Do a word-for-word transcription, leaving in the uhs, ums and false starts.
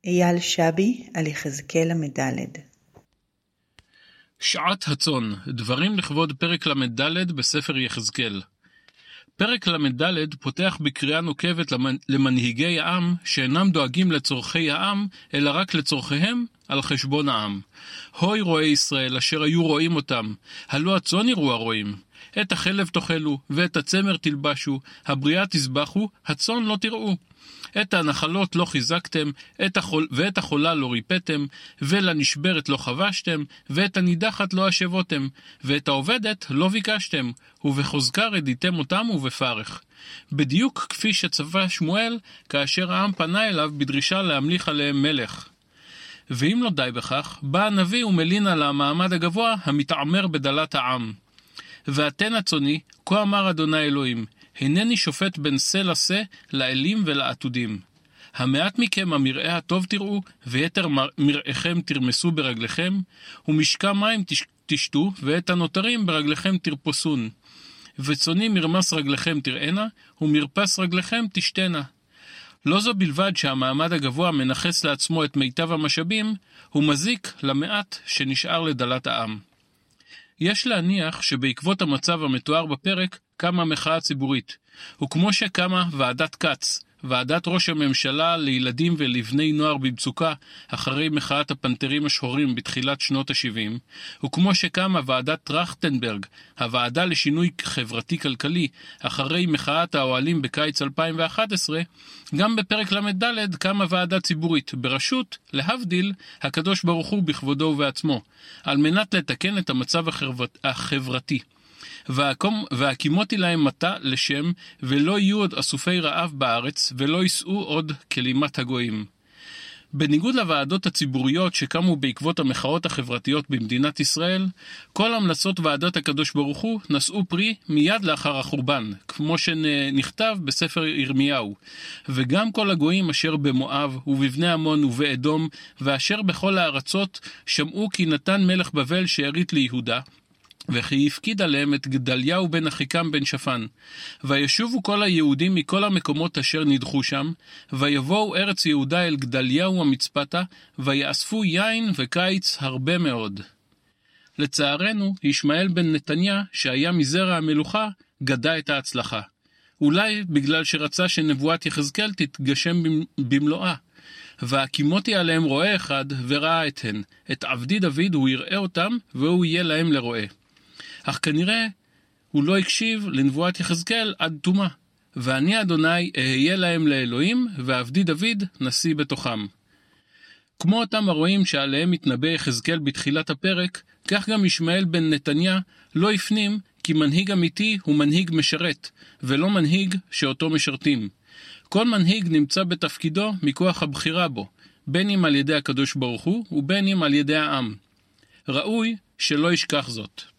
אייל שבי על יחזקאל למדלת. שעת הצאן, דברים לכבוד פרק למדלת בספר יחזקאל. פרק למדלת פותח בקריאה נוקבת למנהיגי העם שאינם דואגים לצורכי העם, אלא רק לצורכיהם על חשבון העם. הוי רואי ישראל אשר היו רואים אותם, הלא הצאן יראו הרועים. את החלב תאכלו, ואת הצמר תלבשו, הבריאה תזבחו, הצאן לא תראו. את הנחלות לא חיזקתם, את החול, ואת החולה לא ריפאתם, ולנשברת לא חבשתם, ואת הנידחת לא השבותם, ואת העובדת לא ביקשתם, ובחוזקה רדיתם אותם ובפרך. בדיוק כפי שצווה שמואל, כאשר העם פנה אליו בדרישה להמליך עליהם מלך. ואם לא די בכך, בא הנביא ומלין על המעמד הגבוה המתעמר בדלת העם. ואתן הצאני, כה אמר אדוני אלוהים, הנני שופט בין שא לשא, לאלים ולעתודים. המעט מכם המראה הטוב תראו, ויתר מראיכם תרמסו ברגליכם, ומשקע מים תשתו, ואת הנותרים ברגליכם תרפסון. וצאני מרמס רגליכם תראינה, ומרפס רגליכם תשתנה. לא זו בלבד שהמעמד הגבוה מנחס לעצמו את מיטב המשאבים, הוא מזיק למעט שנשאר לדלת העם. יש להניח שבעקבות המצב המתואר בפרק קמה מחאה ציבורית, וכמו שקמה ועדת קץ, ועדת ראש הממשלה לילדים ולבני נוער במצוקה אחרי מחאת הפנתרים השחורים בתחילת שנות ה-שבעים, וכמו שקמה ועדת טרכטנברג, הוועדה לשינוי חברתי-כלכלי, אחרי מחאת האוהלים בקיץ אלפיים ואחת עשרה, גם בפרק למדלת קמה ועדה ציבורית, בראשות, להבדיל, הקדוש ברוך הוא בכבודו ובעצמו, על מנת לתקן את המצב החברת, החברתי. והקימותי להם מטה לשם, ולא יהיו עוד אסופי רעב בארץ, ולא יישאו עוד כלימת הגויים. בניגוד לוועדות הציבוריות שקמו בעקבות המחאות החברתיות במדינת ישראל, כל המלצות ועדת הקדוש ברוך הוא נשאו פרי מיד לאחר החורבן, כמו שנכתב בספר ירמיהו. וגם כל הגויים אשר במואב ובבני עמון ובאדום, ואשר בכל הארצות, שמעו כי נתן מלך בבל שארית ליהודה, וכי הפקיד עליהם את גדליהו בן אחיקם בן שפן. וישובו כל היהודים מכל המקומות אשר נדחו שם, ויבואו ארץ יהודה אל גדליהו המצפתה, ויאספו יין וקיץ הרבה מאוד. לצערנו, ישמעאל בן נתניה, שהיה מזרע המלוכה, גדע את ההצלחה. אולי בגלל שרצה שנבואת יחזקאל תתגשם במלואה. והקימותי עליהם רועה אחד, וראה אתהן. את עבדי דוד הוא יראה אותם, והוא יהיה להם לרועה. אך כנראה הוא לא הקשיב לנבואת יחזקאל עד תומה. ואני אדוני אהיה להם לאלוהים, ועבדי דוד נשיא בתוכם. כמו אותם הרועים שעליהם מתנבא יחזקאל בתחילת הפרק, כך גם ישמעאל בן נתניה לא הפנים כי מנהיג אמיתי הוא מנהיג משרת, ולא מנהיג שאותו משרתים. כל מנהיג נמצא בתפקידו מכוח הבחירה בו, בין אם על ידי הקדוש ברוך הוא ובין אם על ידי העם. ראוי שלא ישכח זאת.